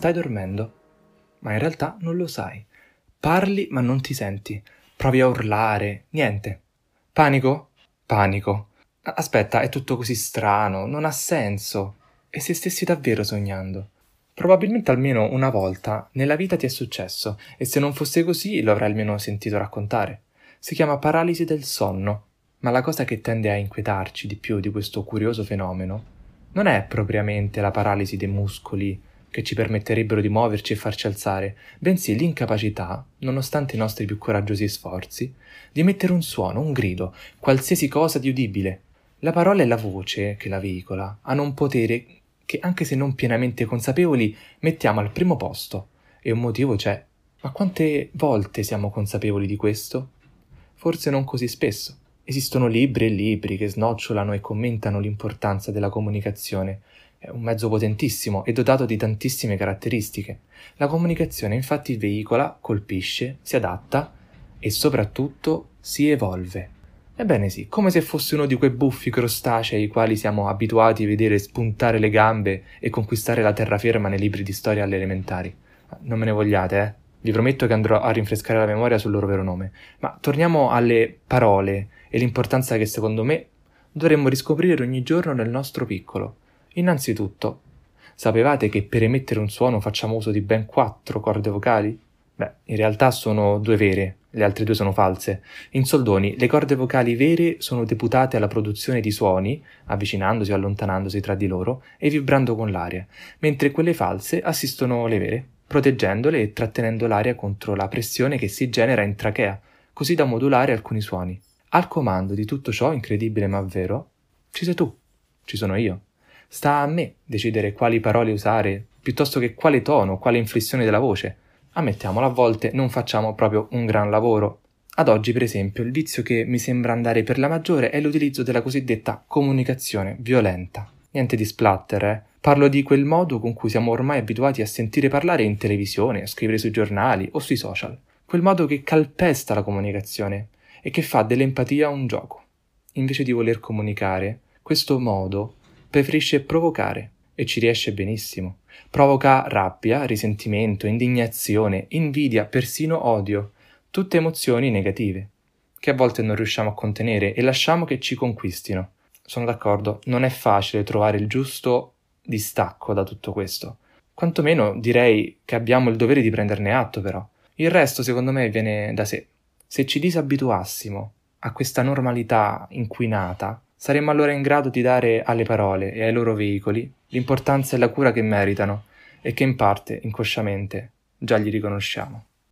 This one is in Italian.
stai dormendo, ma in realtà non lo sai. Parli ma non ti senti, provi a urlare, niente. Panico? Panico. Aspetta, è tutto così strano, non ha senso. E se stessi davvero sognando? Probabilmente almeno una volta nella vita ti è successo, e se non fosse così lo avrai almeno sentito raccontare. Si chiama paralisi del sonno, ma la cosa che tende a inquietarci di più di questo curioso fenomeno non è propriamente la paralisi dei muscoli che ci permetterebbero di muoverci e farci alzare, bensì l'incapacità, nonostante i nostri più coraggiosi sforzi, di emettere un suono, un grido, qualsiasi cosa di udibile. La parola e la voce che la veicola hanno un potere che, anche se non pienamente consapevoli, mettiamo al primo posto. E un motivo c'è. Ma quante volte siamo consapevoli di questo? Forse non così spesso. Esistono libri e libri che snocciolano e commentano l'importanza della comunicazione. È un mezzo potentissimo e dotato di tantissime caratteristiche. La comunicazione infatti veicola, colpisce, si adatta e soprattutto si evolve. Ebbene sì, come se fosse uno di quei buffi crostacei ai quali siamo abituati a vedere spuntare le gambe e conquistare la terraferma nei libri di storia alle elementari. Non me ne vogliate, eh? Vi prometto che andrò a rinfrescare la memoria sul loro vero nome. Ma torniamo alle parole e l'importanza che secondo me dovremmo riscoprire ogni giorno nel nostro piccolo. Innanzitutto, sapevate che per emettere un suono facciamo uso di ben 4 corde vocali? Beh, in realtà sono 2 vere, le altre 2 sono false. In soldoni, le corde vocali vere sono deputate alla produzione di suoni, avvicinandosi o allontanandosi tra di loro e vibrando con l'aria, mentre quelle false assistono le vere, proteggendole e trattenendo l'aria contro la pressione che si genera in trachea, così da modulare alcuni suoni. Al comando di tutto ciò, incredibile ma vero, ci sei tu, ci sono io. Sta a me decidere quali parole usare, piuttosto che quale tono, quale inflessione della voce. Ammettiamolo, a volte non facciamo proprio un gran lavoro. Ad oggi, per esempio, il vizio che mi sembra andare per la maggiore è l'utilizzo della cosiddetta comunicazione violenta. Niente di splatter, eh? Parlo di quel modo con cui siamo ormai abituati a sentire parlare in televisione, a scrivere sui giornali o sui social. Quel modo che calpesta la comunicazione e che fa dell'empatia un gioco. Invece di voler comunicare, questo modo preferisce provocare e ci riesce benissimo. Provoca rabbia, risentimento, indignazione, invidia, persino odio, tutte emozioni negative, che a volte non riusciamo a contenere e lasciamo che ci conquistino. Sono d'accordo, non è facile trovare il giusto distacco da tutto questo. Quantomeno direi che abbiamo il dovere di prenderne atto, però. Il resto, secondo me, viene da sé. Se ci disabituassimo a questa normalità inquinata, saremmo allora in grado di dare alle parole e ai loro veicoli l'importanza e la cura che meritano e che in parte, inconsciamente, già gli riconosciamo.